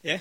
Ja,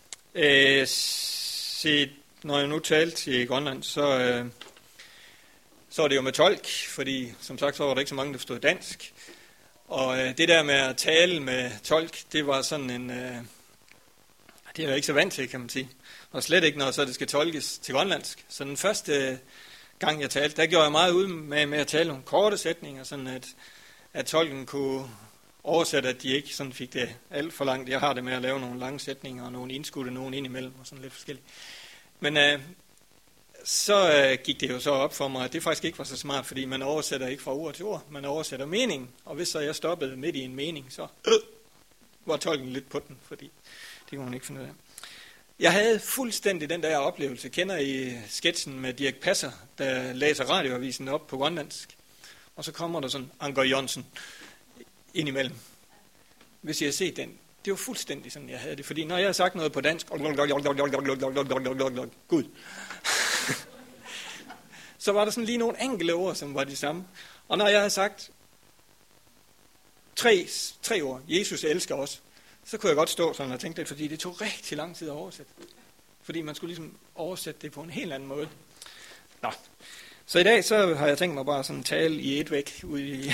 når jeg nu talte i Grønland, så er det jo med tolk, fordi som sagt, så var der ikke så mange, der forstod dansk. Og det der med at tale med tolk, det var sådan en, det er jeg ikke så vant til, kan man sige. Og slet ikke, når så det skal tolkes til grønlandsk. Så den første gang, jeg talte, der gjorde jeg meget ud med at tale nogle korte sætninger, sådan at tolken kunne oversætte, at de ikke sådan fik det alt for langt. Jeg har det med at lave nogle lange sætninger og nogle indskudte, nogle indimellem og sådan lidt forskelligt. Men så gik det jo så op for mig, at det faktisk ikke var så smart, fordi man oversætter ikke fra ord til ord, man oversætter mening. Og hvis så jeg stoppede midt i en mening, så var tolken lidt på den, fordi det kunne man ikke finde ud af. Jeg havde fuldstændig den der oplevelse. Kender I sketchen med Dirch Passer, der læser radioavisen op på grønlandsk? Og så kommer der sådan Anker Jørgensen indimellem. Hvis I har set den, det var fuldstændig sådan, jeg havde det. Fordi når jeg har sagt noget på dansk, Gud, så var der sådan lige nogle enkelte ord, som var de samme. Og når jeg havde sagt tre ord, Jesus elsker os, så kunne jeg godt stå sådan og tænke det, fordi det tog rigtig lang tid at oversætte. Fordi man skulle ligesom oversætte det på en helt anden måde. Nå. Så i dag så har jeg tænkt mig bare sådan tale i et væk ud i.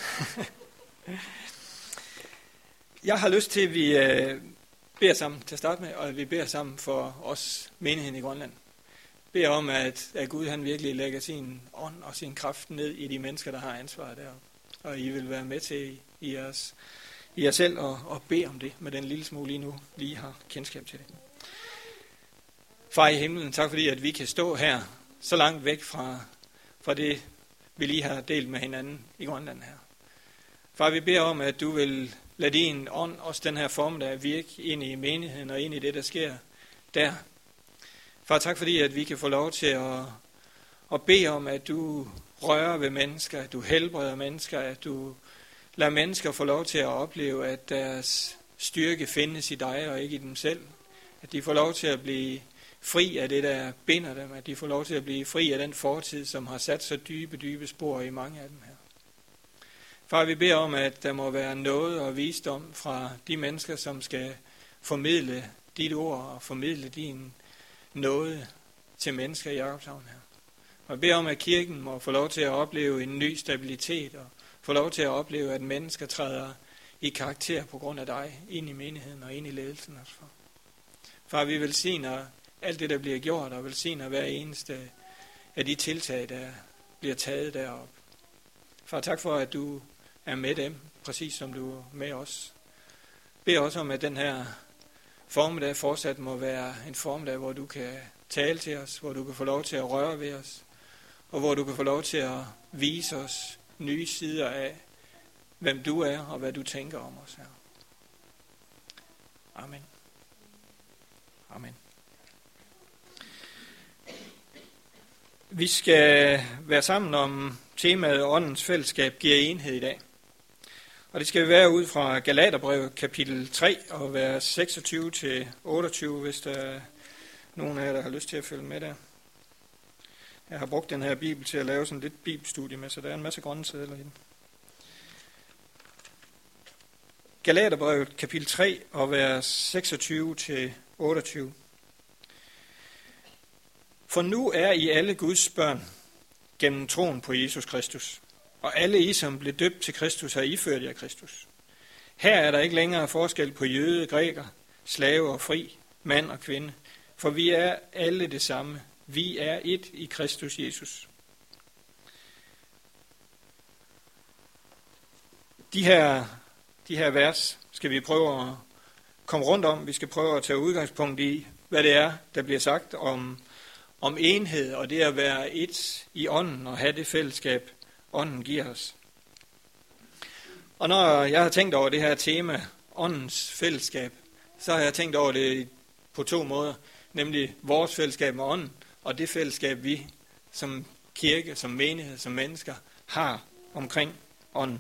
Jeg har lyst til, at vi beder sammen til at starte med, og at vi beder sammen for os menigheden i Grønland. Beder om, at Gud han virkelig lægger sin ånd og sin kraft ned i de mennesker, der har ansvaret deroppe. Og I vil være med til i jer selv og bede om det med den lille smule, I nu lige har kendskab til det. Far i himlen, tak fordi, at vi kan stå her så langt væk fra det, vi lige har delt med hinanden i Grønland her. Far, vi beder om, at du vil lade din ånd også den her formiddag virke ind i menigheden og ind i det, der sker der. Far, tak fordi, at vi kan få lov til at bede om, at du rører ved mennesker, at du helbreder mennesker, at du lader mennesker få lov til at opleve, at deres styrke findes i dig og ikke i dem selv. At de får lov til at blive fri af det, der binder dem. At de får lov til at blive fri af den fortid, som har sat så dybe spor i mange af dem her. Far, vi beder om, at der må være noget og visdom fra de mennesker, som skal formidle dit ord og formidle din nåde til mennesker i Jakobshavn her. Og jeg beder om, at kirken må få lov til at opleve en ny stabilitet og få lov til at opleve, at mennesker træder i karakter på grund af dig ind i menigheden og ind i ledelsen også for. Far, vi velsigner alt det, der bliver gjort, og velsigner hver eneste af de tiltag, der bliver taget deroppe. Far, tak for, at du er med dem, præcis som du er med os. Bed også om, at den her formiddag fortsat må være en formiddag, hvor du kan tale til os, hvor du kan få lov til at røre ved os, og hvor du kan få lov til at vise os nye sider af, hvem du er og hvad du tænker om os her. Amen. Amen. Vi skal være sammen om temaet Åndens fællesskab giver enhed i dag. Og det skal vi være ud fra Galaterbrevet kapitel 3 og vers 26-28, hvis der er nogen af jer, der har lyst til at følge med der. Jeg har brugt den her bibel til at lave sådan lidt bibelstudie med, så der er en masse grønne sedler i den. Galaterbrevet kapitel 3 og vers 26-28. For nu er I alle Guds børn gennem troen på Jesus Kristus. Og alle I, som blev døbt til Kristus, har iført jer Kristus. Her er der ikke længere forskel på jøde, græker, slave og fri, mand og kvinde. For vi er alle det samme. Vi er et i Kristus Jesus. De her vers skal vi prøve at komme rundt om. Vi skal prøve at tage udgangspunkt i, hvad det er, der bliver sagt om enhed, og det at være et i ånden og have det fællesskab, ånden giver os. Og når jeg har tænkt over det her tema, åndens fællesskab, så har jeg tænkt over det på to måder, nemlig vores fællesskab med ånden, og det fællesskab, vi som kirke, som menighed, som mennesker har omkring ånden.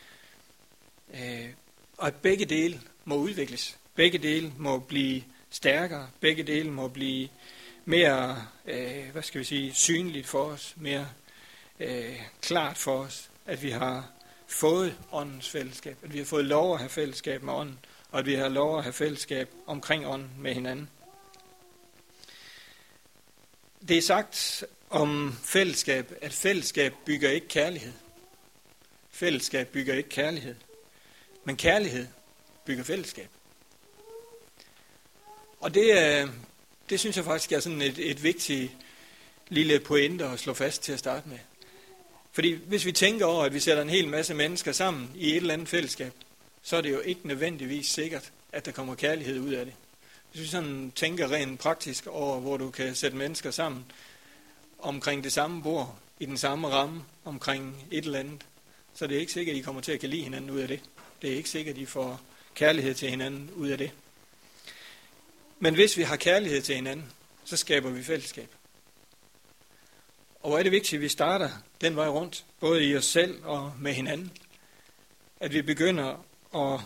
Og at begge dele må udvikles. Begge dele må blive stærkere. Begge dele må blive mere, synligt for os, mere klart for os, at vi har fået åndens fællesskab, at vi har fået lov at have fællesskab med ånden, og at vi har lov at have fællesskab omkring ånden med hinanden. Det er sagt om fællesskab, at fællesskab bygger ikke kærlighed. Fællesskab bygger ikke kærlighed, men kærlighed bygger fællesskab. Og det synes jeg faktisk er sådan et vigtigt lille pointe at slå fast til at starte med. Fordi hvis vi tænker over, at vi sætter en hel masse mennesker sammen i et eller andet fællesskab, så er det jo ikke nødvendigvis sikkert, at der kommer kærlighed ud af det. Hvis vi sådan tænker rent praktisk over, hvor du kan sætte mennesker sammen omkring det samme bord, i den samme ramme, omkring et eller andet, så er det ikke sikkert, at de kommer til at kan lide hinanden ud af det. Det er ikke sikkert, at de får kærlighed til hinanden ud af det. Men hvis vi har kærlighed til hinanden, så skaber vi fællesskab. Og hvor er det vigtigt, at vi starter den vej rundt, både i os selv og med hinanden. At vi begynder at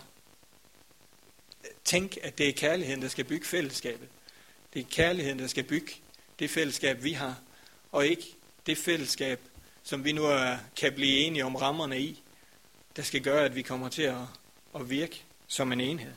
tænke, at det er kærligheden, der skal bygge fællesskabet. Det er kærligheden, der skal bygge det fællesskab, vi har, og ikke det fællesskab, som vi nu kan blive enige om rammerne i, der skal gøre, at vi kommer til at virke som en enhed.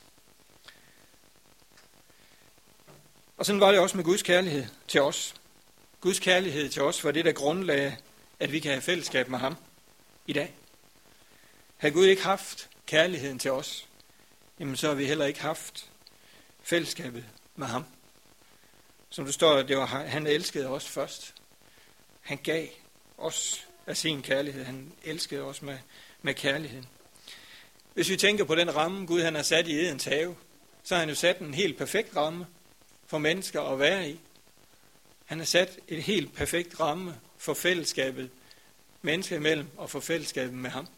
Og sådan var det også med Guds kærlighed til os. Guds kærlighed til os var det, der grundlagde, at vi kan have fællesskab med ham i dag. Havde Gud ikke haft kærligheden til os, jamen så har vi heller ikke haft fællesskabet med ham. Som du står, han elskede os først. Han gav os af sin kærlighed. Han elskede os med kærligheden. Hvis vi tænker på den ramme, Gud han har sat i Edens have, så har han jo sat en helt perfekt ramme for mennesker at være i. Han har sat et helt perfekt ramme for fællesskabet mennesker imellem og for fællesskabet med ham.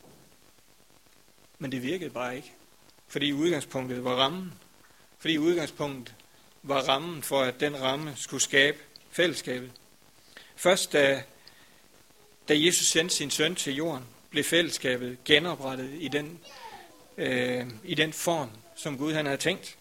Men det virkede bare ikke, fordi udgangspunktet var rammen. Fordi udgangspunktet var rammen for, at den ramme skulle skabe fællesskabet. Først da Jesus sendte sin søn til jorden, blev fællesskabet genoprettet i den form, som Gud han havde tænkt.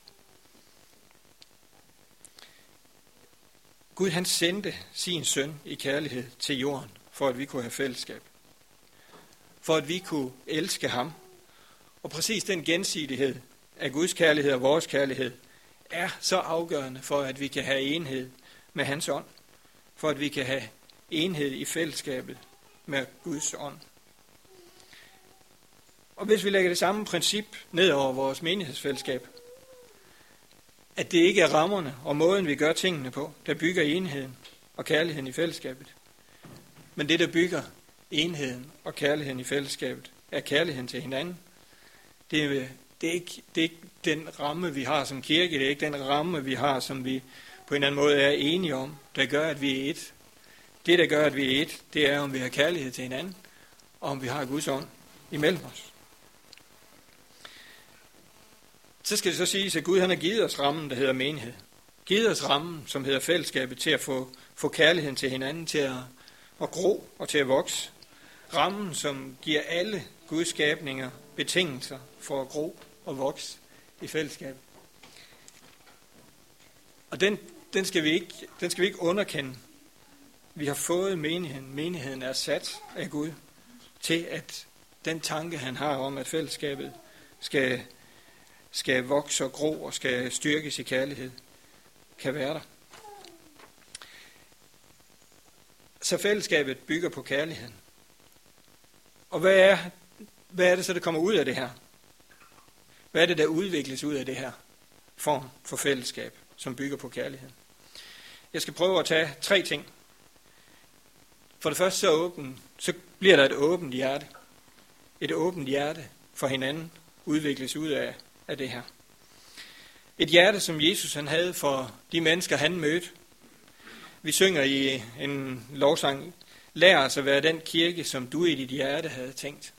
Gud han sendte sin søn i kærlighed til jorden, for at vi kunne have fællesskab. For at vi kunne elske ham. Og præcis den gensidighed af Guds kærlighed og vores kærlighed er så afgørende for, at vi kan have enhed med hans ånd. For at vi kan have enhed i fællesskabet med Guds ånd. Og hvis vi lægger det samme princip ned over vores menighedsfællesskab, at det ikke er rammerne og måden, vi gør tingene på, der bygger enheden og kærligheden i fællesskabet. Men det, der bygger enheden og kærligheden i fællesskabet, er kærligheden til hinanden. Det er ikke den ramme, vi har som kirke, det er ikke den ramme, vi har, som vi på en eller anden måde er enige om, der gør, at vi er et. Det, der gør, at vi er et, det er, om vi har kærlighed til hinanden, og om vi har Guds ånd imellem os. Så skal det så siges, at Gud han har givet os rammen, der hedder menighed. Givet os rammen, som hedder fællesskabet, til at få kærligheden til hinanden, til at gro og til at vokse. Rammen, som giver alle Guds skabninger betingelser for at gro og vokse i fællesskabet. Og den skal vi ikke underkende. Vi har fået menigheden. Menigheden er sat af Gud til, at den tanke, han har om, at fællesskabet skal vokse og gro og skal styrkes i kærlighed, kan være der. Så fællesskabet bygger på kærligheden. Og hvad er det så, der kommer ud af det her? Hvad er det, der udvikles ud af det her form for fællesskab, som bygger på kærligheden? Jeg skal prøve at tage 3 ting. For det første så bliver der et åbent hjerte. Et åbent hjerte for hinanden udvikles ud af det her. Et hjerte, som Jesus han havde for de mennesker, han mødte. Vi synger i en lovsang, lær os at være den kirke, som du i dit hjerte havde tænkt.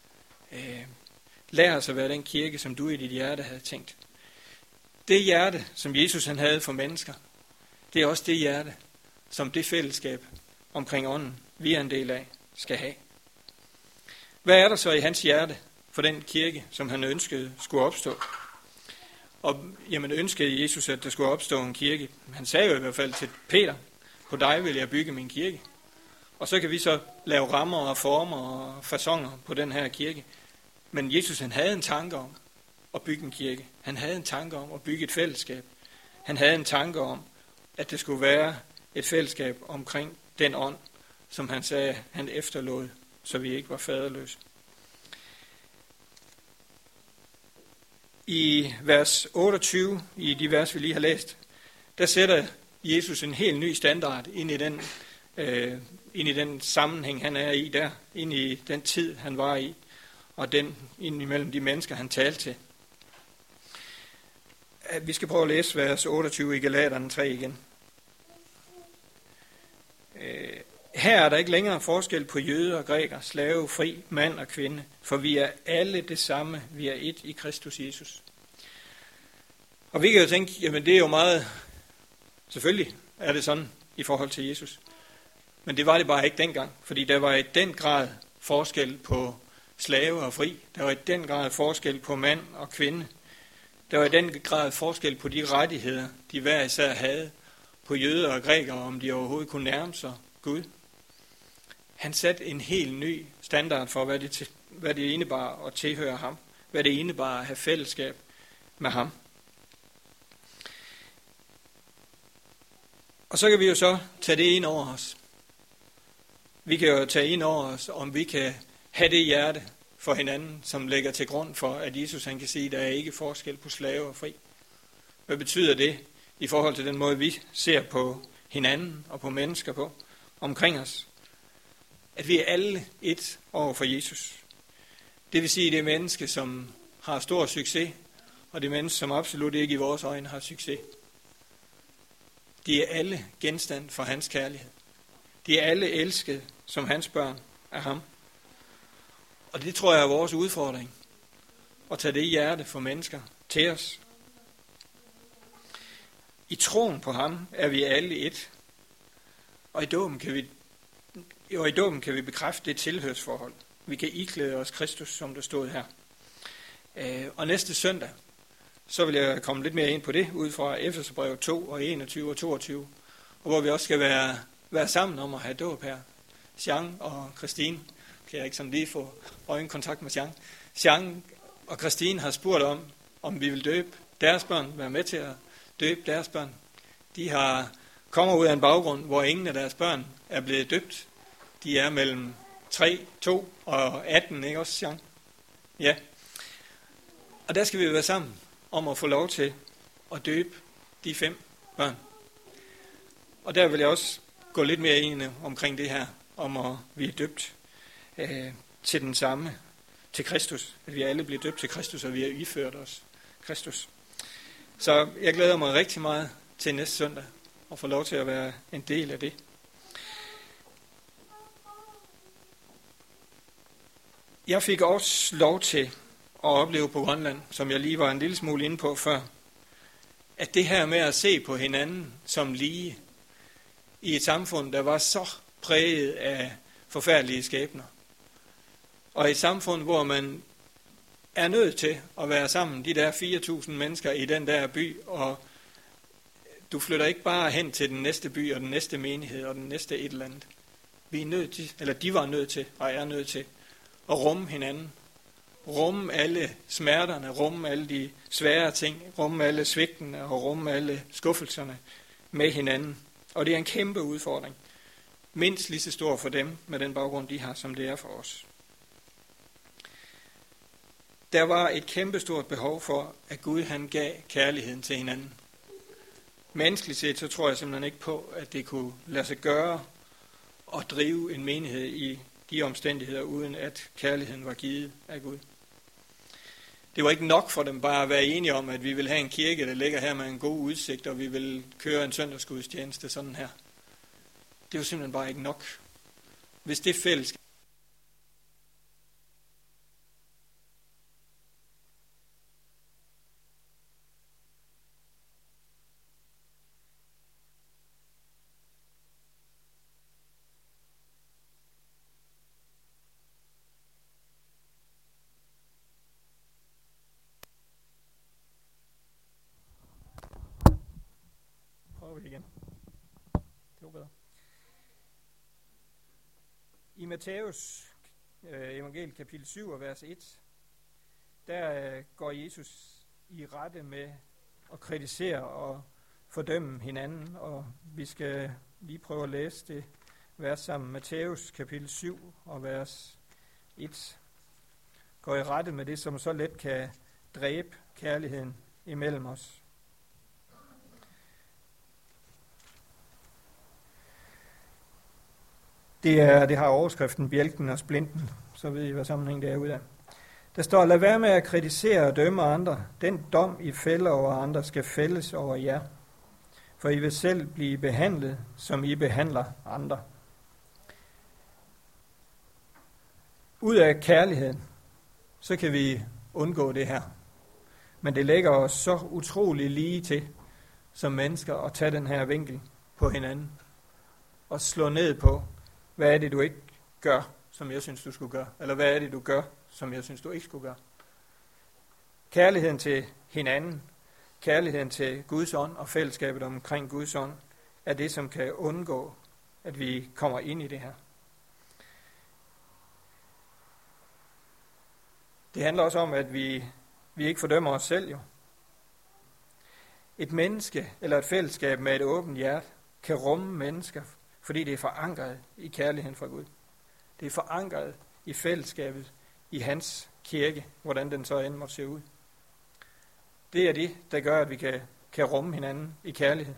Lær os at være den kirke, som du i dit hjerte havde tænkt. Det hjerte, som Jesus han havde for mennesker, det er også det hjerte, som det fællesskab omkring ånden, vi er en del af, skal have. Hvad er der så i hans hjerte for den kirke, som han ønskede skulle opstå? Og jamen ønskede Jesus, at der skulle opstå en kirke. Han sagde jo i hvert fald til Peter, på dig vil jeg bygge min kirke. Og så kan vi så lave rammer og former og faconer på den her kirke. Men Jesus han havde en tanke om, at bygge en kirke. Han havde en tanke om at bygge et fællesskab. Han havde en tanke om, at det skulle være et fællesskab omkring den ånd, som han sagde, han efterlod, så vi ikke var faderløse. I vers 28, i de vers, vi lige har læst, der sætter Jesus en helt ny standard ind i den sammenhæng, han er i der, ind i den tid, han var i, og den ind imellem de mennesker, han talte til. Vi skal prøve at læse vers 28 i Galaterne 3 igen. Her er der ikke længere forskel på jøder og græker, slave, fri, mand og kvinde, for vi er alle det samme, vi er et i Kristus Jesus. Og vi kan jo tænke, jamen det er jo meget, selvfølgelig er det sådan i forhold til Jesus. Men det var det bare ikke dengang, fordi der var i den grad forskel på slave og fri. Der var i den grad forskel på mand og kvinde. Der var i den grad forskel på de rettigheder, de hver især havde, på jøder og grækere, om de overhovedet kunne nærme sig Gud. Han satte en helt ny standard for, hvad det indebar at tilhøre ham. Hvad det indebar at have fællesskab med ham. Og så kan vi jo så tage det ind over os. Vi kan jo tage ind over os, om vi kan have det hjerte for hinanden, som lægger til grund for, at Jesus han kan sige, at der er ikke forskel på slave og fri. Hvad betyder det i forhold til den måde, vi ser på hinanden og på mennesker på omkring os? At vi er alle et over for Jesus. Det vil sige, at det er mennesker, som har stor succes, og det er mennesker, som absolut ikke i vores øjne har succes. De er alle genstand for hans kærlighed. De er alle elsket som hans børn af ham. Og det tror jeg er vores udfordring. At tage det hjerte for mennesker til os. I troen på ham er vi alle et. Og i dåben kan vi bekræfte det tilhørsforhold. Vi kan iklæde os Kristus, som der stod her. Og næste søndag, så vil jeg komme lidt mere ind på det, ud fra Efeserbrevet 2 og 21 og 22, og hvor vi også skal være sammen om at have dåb her. Jean og Christine, kan jeg ikke sådan lige få øjenkontakt med Jean. Jean og Christine har spurgt om vi vil døbe deres børn, være med til at døbe deres børn. De kommer ud af en baggrund, hvor ingen af deres børn er blevet døbt. De er mellem 3, 2 og 18, ikke også, Jean? Ja. Og der skal vi være sammen om at få lov til at døbe de 5 børn. Og der vil jeg også gå lidt mere ind omkring det her, om at vi er døbt til den samme, til Kristus. At vi alle bliver døbt til Kristus, og vi har iført os Kristus. Så jeg glæder mig rigtig meget til næste søndag, og få lov til at være en del af det. Jeg fik også lov til at opleve på Grønland, som jeg lige var en lille smule inde på før, at det her med at se på hinanden som lige i et samfund, der var så præget af forfærdelige skæbner, og et samfund, hvor man er nødt til at være sammen, de der 4.000 mennesker i den der by, og du flytter ikke bare hen til den næste by og den næste menighed og den næste et eller andet. Vi er nødt til, eller de var nødt til, og er nødt til, at rumme hinanden. Rumme alle smerterne, rumme alle de svære ting, rumme alle svigtene og rumme alle skuffelserne med hinanden. Og det er en kæmpe udfordring. Mindst lige så stor for dem med den baggrund, de har, som det er for os. Der var et kæmpestort behov for, at Gud han gav kærligheden til hinanden. Menneskeligt set, så tror jeg simpelthen ikke på, at det kunne lade sig gøre at drive en menighed i de omstændigheder, uden at kærligheden var givet af Gud. Det var ikke nok for dem bare at være enige om, at vi vil have en kirke, der ligger her med en god udsigt, og vi vil køre en søndagsgudstjeneste sådan her. Det var simpelthen bare ikke nok. Hvis det fællesskab igen. Det var bedre. I Matthæus evangeliet kapitel 7 og vers 1, der går Jesus i rette med at kritisere og fordømme hinanden, og vi skal lige prøve at læse det vers sammen. Matthæus kapitel 7 og vers 1 går i rette med det, som så let kan dræbe kærligheden imellem os. Det har overskriften Bjælken og Splinten, så ved I, hvad sammenhæng det er ud af. Der står, lad være med at kritisere og dømme andre. Den dom, I fælder over andre, skal fældes over jer. For I vil selv blive behandlet, som I behandler andre. Ud af kærligheden, så kan vi undgå det her. Men det lægger os så utrolig lige til, som mennesker, at tage den her vinkel på hinanden. Og slå ned på, hvad er det, du ikke gør, som jeg synes, du skulle gøre? Eller hvad er det, du gør, som jeg synes, du ikke skulle gøre? Kærligheden til hinanden, kærligheden til Guds ånd og fællesskabet omkring Guds ånd, er det, som kan undgå, at vi kommer ind i det her. Det handler også om, at vi ikke fordømmer os selv, jo. Et menneske eller et fællesskab med et åbent hjerte kan rumme mennesker, fordi det er forankret i kærligheden fra Gud. Det er forankret i fællesskabet, i hans kirke, hvordan den så end måtte se ud. Det er det, der gør, at vi kan rumme hinanden i kærlighed.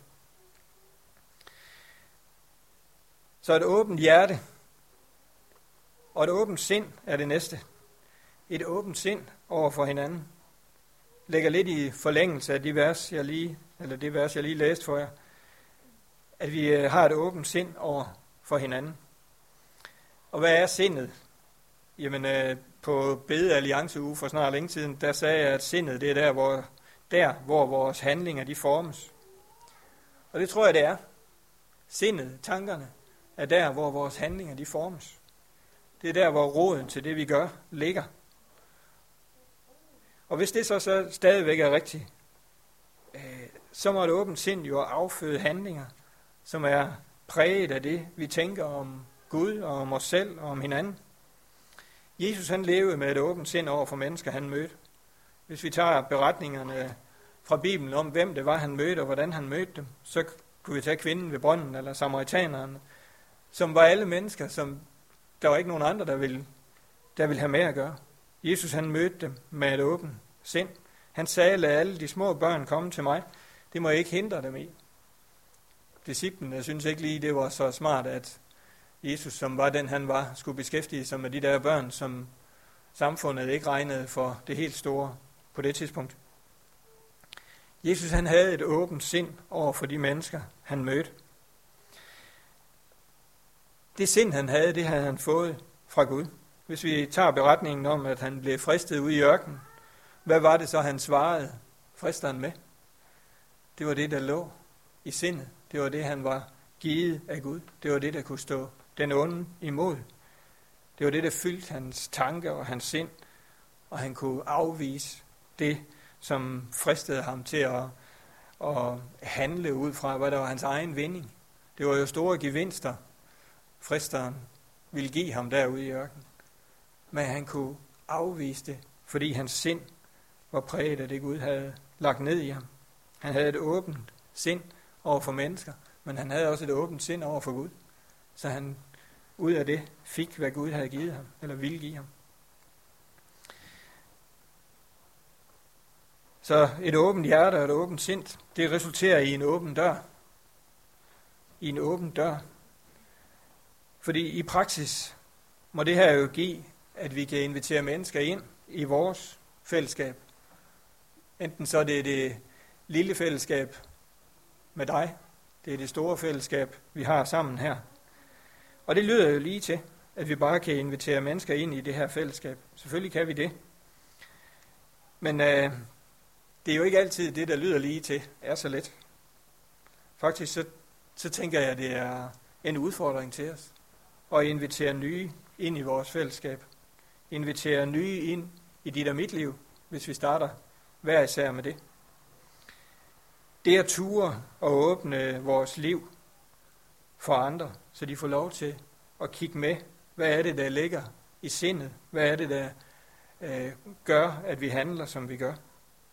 Så et åbent hjerte og et åbent sind er det næste. Et åbent sind over for hinanden ligger lidt i forlængelse af det vers, jeg lige læste for jer. At vi har et åbent sind over for hinanden. Og hvad er sindet? Jamen, på bedeallianceuge for snart længe siden, der sagde jeg, at sindet det er der, hvor vores handlinger de formes. Og det tror jeg, det er. Sindet, tankerne, er der, hvor vores handlinger de formes. Det er der, hvor roden til det, vi gør, ligger. Og hvis det så stadigvæk er rigtigt, så må et åbent sind jo afføde handlinger, som er præget af det, vi tænker om Gud og om os selv og om hinanden. Jesus han levede med et åbent sind over for mennesker, han mødte. Hvis vi tager beretningerne fra Bibelen om, hvem det var, han mødte og hvordan han mødte dem, så kunne vi tage kvinden ved brønden eller samaritanerne, som var alle mennesker, som der var ikke nogen andre, der ville have med at gøre. Jesus han mødte dem med et åbent sind. Han sagde, lad alle de små børn komme til mig. Det må jeg ikke hindre dem i. Disciplene synes ikke lige, det var så smart, at Jesus, som var den han var, skulle beskæftige sig med de der børn, som samfundet ikke regnede for det helt store på det tidspunkt. Jesus han havde et åbent sind over for de mennesker, han mødte. Det sind han havde, det havde han fået fra Gud. Hvis vi tager beretningen om, at han blev fristet ude i ørkenen, hvad var det så, han svarede fristeren med? Det var det, der lå i sindet. Det var det, han var givet af Gud. Det var det, der kunne stå den onde imod. Det var det, der fyldte hans tanke og hans sind, og han kunne afvise det, som fristede ham til at handle ud fra, hvad der var hans egen vinding. Det var jo store gevinster, fristeren ville give ham derude i ørkenen. Men han kunne afvise det, fordi hans sind var præget af det, Gud havde lagt ned i ham. Han havde et åbent sind over for mennesker, men han havde også et åbent sind over for Gud. Så han ud af det fik, hvad Gud havde givet ham, eller ville give ham. Så et åbent hjerte og et åbent sind, det resulterer i en åben dør. I en åben dør. Fordi i praksis må det her jo give, at vi kan invitere mennesker ind i vores fællesskab. Enten så er det lille fællesskab med dig, det er det store fællesskab, vi har sammen her. Og det lyder jo lige til, at vi bare kan invitere mennesker ind i det her fællesskab. Selvfølgelig kan vi det. Men det er jo ikke altid det, der lyder lige til, er så let. Faktisk så tænker jeg, at det er en udfordring til os at invitere nye ind i vores fællesskab. Invitere nye ind i dit og mit liv, hvis vi starter hver især med det. Det er ture og åbne vores liv for andre, så de får lov til at kigge med, hvad er det, der ligger i sindet, hvad er det, der gør, at vi handler, som vi gør.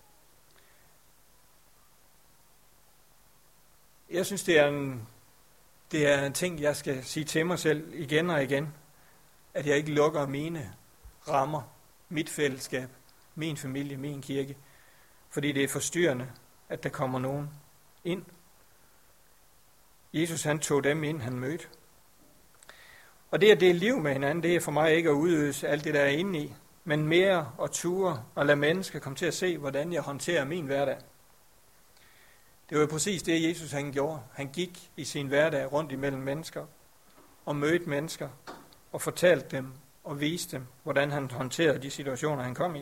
Jeg synes, det er en ting, jeg skal sige til mig selv igen og igen, at jeg ikke lukker mine rammer, mit fællesskab, min familie, min kirke, fordi det er forstyrrende, at der kommer nogen ind. Jesus, han tog dem ind, han mødte. Og det at dele liv med hinanden, det er for mig ikke at udøse alt det, der er inde i, men mere at ture og lade mennesker komme til at se, hvordan jeg håndterer min hverdag. Det var jo præcis det, Jesus han gjorde. Han gik i sin hverdag rundt imellem mennesker og mødte mennesker og fortalte dem og viste dem, hvordan han håndterede de situationer, han kom i.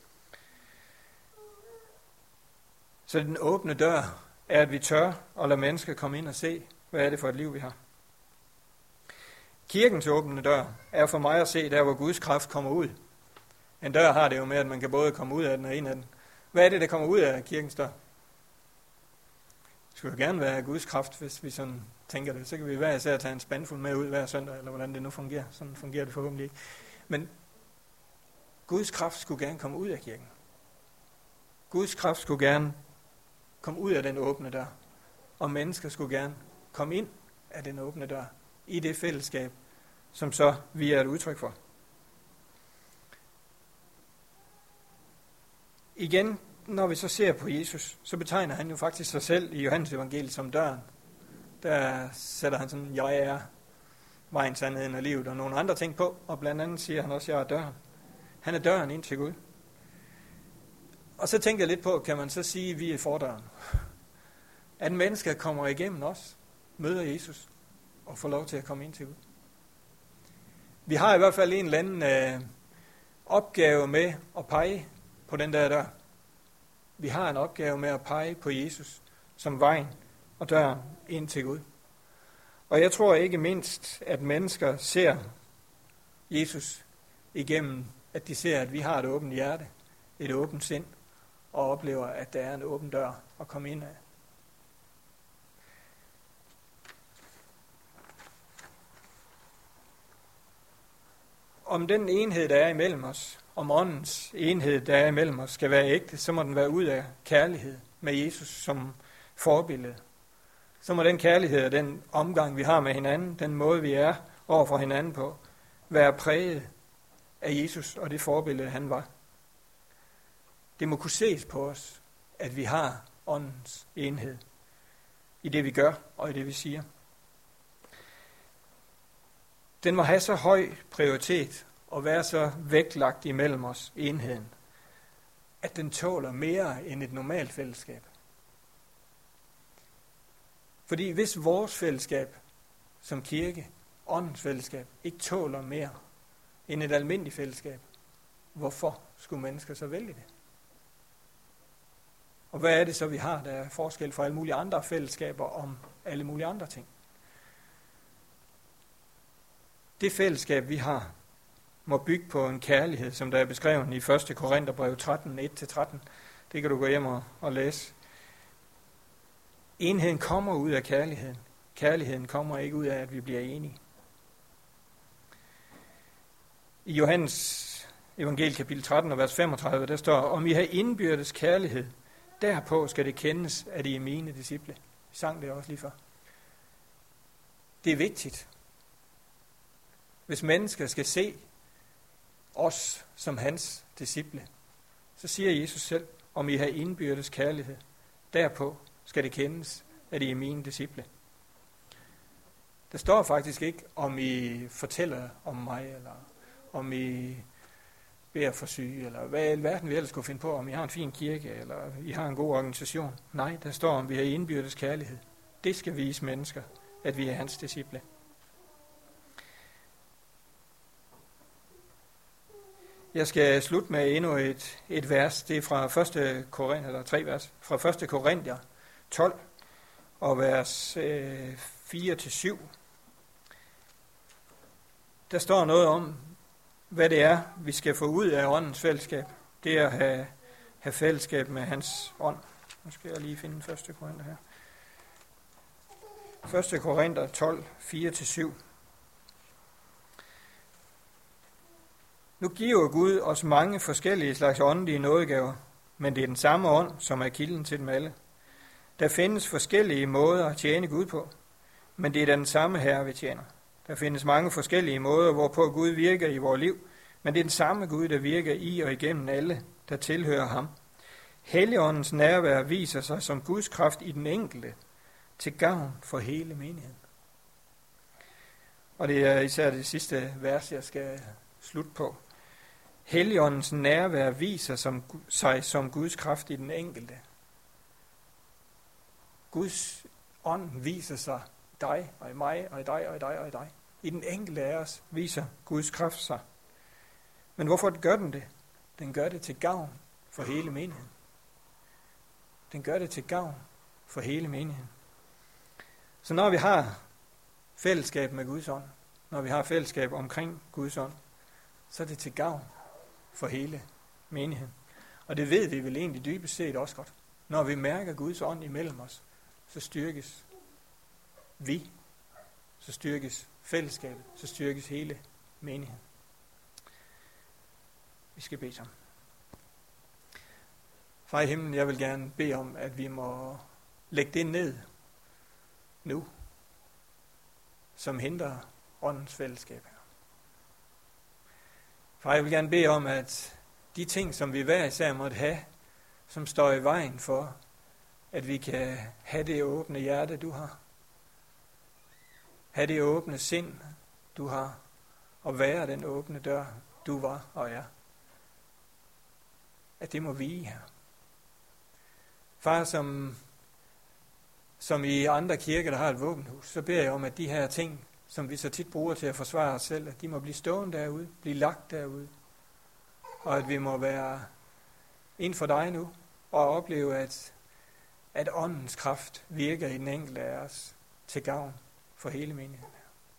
Så den åbne dør er, at vi tør at lade mennesker komme ind og se, hvad er det for et liv, vi har. Kirkens åbne dør er for mig at se, der hvor Guds kraft kommer ud. En dør har det jo med, at man kan både komme ud af den og ind af den. Hvad er det, der kommer ud af kirkens dør? Det skulle jo gerne være Guds kraft, hvis vi sådan tænker det. Så kan vi hver især tage en spandfuld med ud hver søndag, eller hvordan det nu fungerer. Sådan fungerer det forhåbentlig ikke. Men Guds kraft skulle gerne komme ud af kirken. Guds kraft skulle gerne komme ud af den åbne dør. Og mennesker skulle gerne komme ind af den åbne dør. I det fællesskab, som så vi er et udtryk for. Igen, når vi så ser på Jesus, så betegner han jo faktisk sig selv i Johannes evangeliet som døren. Der sætter han sådan, jeg er vejen, sandheden og livet og nogle andre ting på, og blandt andet siger han også, jeg er døren. Han er døren ind til Gud. Og så tænker jeg lidt på, kan man så sige, at vi er fordøren? At mennesker kommer igennem os, møder Jesus og får lov til at komme ind til Gud. Vi har i hvert fald en eller anden opgave med at pege på den der dør. Vi har en opgave med at pege på Jesus som vejen og døren ind til Gud. Og jeg tror ikke mindst, at mennesker ser Jesus igennem, at de ser, at vi har et åbent hjerte, et åbent sind, og oplever, at der er en åben dør at komme ind af. Om den enhed, der er imellem os, om åndens enhed, der er imellem os, skal være ægte, så må den være ud af kærlighed med Jesus som forbillede. Så må den kærlighed og den omgang, vi har med hinanden, den måde, vi er over for hinanden på, være præget af Jesus og det forbillede, han var. Det må kunne ses på os, at vi har åndens enhed i det, vi gør og i det, vi siger. Den må have så høj prioritet og være så vægtlagt imellem os, enheden, at den tåler mere end et normalt fællesskab. Fordi hvis vores fællesskab som kirke, åndens fællesskab, ikke tåler mere end et almindeligt fællesskab, hvorfor skulle mennesker så vælge det? Og hvad er det så, vi har, der er forskel fra alle mulige andre fællesskaber om alle mulige andre ting? Det fællesskab, vi har, må bygge på en kærlighed, som der er beskrevet i 1. Korintherbrev 13, 1-13. Det kan du gå hjem og læse. Enheden kommer ud af kærligheden. Kærligheden kommer ikke ud af, at vi bliver enige. I Johannes evangeliet kapitel 13 og vers 35, der står, om I har indbyrdes kærlighed, derpå skal det kendes, at I er mine disciple. Vi sang det også lige før. Det er vigtigt. Hvis mennesker skal se os som hans disciple, så siger Jesus selv, om I har indbyrdes kærlighed, derpå skal det kendes, at I er mine disciple. Der står faktisk ikke, om I fortæller om mig, eller om I beder for syge, eller hvad i alverden vi ellers skulle finde på, om I har en fin kirke, eller I har en god organisation. Nej, der står, om vi har indbyrdes kærlighed. Det skal vise mennesker, at vi er hans disciple. Jeg skal slutte med endnu et vers. Det er fra 1. Korinther, eller 3 vers, fra 1. Korinther 12 og vers 4-7. Der står noget om, hvad det er, vi skal få ud af åndens fællesskab. Det er at have fællesskab med hans ånd. Nu skal jeg lige finde 1. Korinther her. 1. Korinther 12, 4-7. Nu giver Gud os mange forskellige slags åndelige nådegaver, men det er den samme ånd, som er kilden til dem alle. Der findes forskellige måder at tjene Gud på, men det er den samme Herre, vi tjener. Der findes mange forskellige måder, hvorpå Gud virker i vores liv, men det er den samme Gud, der virker i og igennem alle, der tilhører ham. Helligåndens nærvær viser sig som Guds kraft i den enkelte, til gavn for hele menigheden. Og det er især det sidste vers, jeg skal slutte på. Helligåndens nærvær viser sig som Guds kraft i den enkelte. Guds ånd viser sig dig og i mig og i dig og i dig og i dig. I den enkelte af os viser Guds kraft sig. Men hvorfor gør den det? Den gør det til gavn for hele menigheden. Den gør det til gavn for hele menigheden. Så når vi har fællesskab med Guds ånd, når vi har fællesskab omkring Guds ånd, så er det til gavn for hele menigheden. Og det ved vi vel egentlig dybest set også godt. Når vi mærker Guds ånd imellem os, så styrkes vi, så styrkes fællesskabet, så styrkes hele menigheden. Vi skal bede sammen. Far i himlen, jeg vil gerne bede om, at vi må lægge det ned nu, som hindrer åndens fællesskab her. Far, jeg vil gerne bede om, at de ting, som vi hver især måtte have, som står i vejen for, at vi kan have det åbne hjerte, du har, have det åbne sind, du har, og være den åbne dør, du var og er, at det må vige her. Far, som i andre kirker, der har et våbenhus, så beder jeg om, at de her ting, som vi så tit bruger til at forsvare os selv, at de må blive stående derude, blive lagt derude, og at vi må være inden for dig nu, og opleve, at åndens kraft virker i den enkelte af os til gavn for hele menigheden.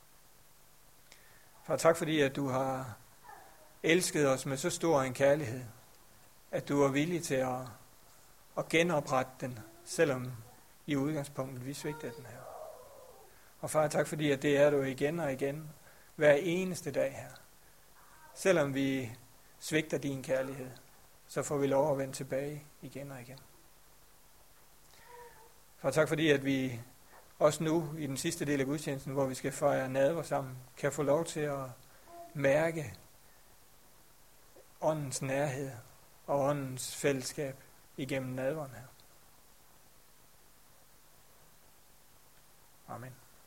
Far, tak fordi, at du har elsket os med så stor en kærlighed, at du er villig til at genoprette den, selvom i udgangspunktet vi svigtede den her. Og far, tak fordi, at det er du igen og igen, hver eneste dag her. Selvom vi svigter din kærlighed, så får vi lov at vende tilbage igen og igen. Far, tak fordi, at vi også nu i den sidste del af gudstjenesten, hvor vi skal fejre nadver sammen, kan få lov til at mærke åndens nærhed og åndens fællesskab igennem nadveren her. Amen.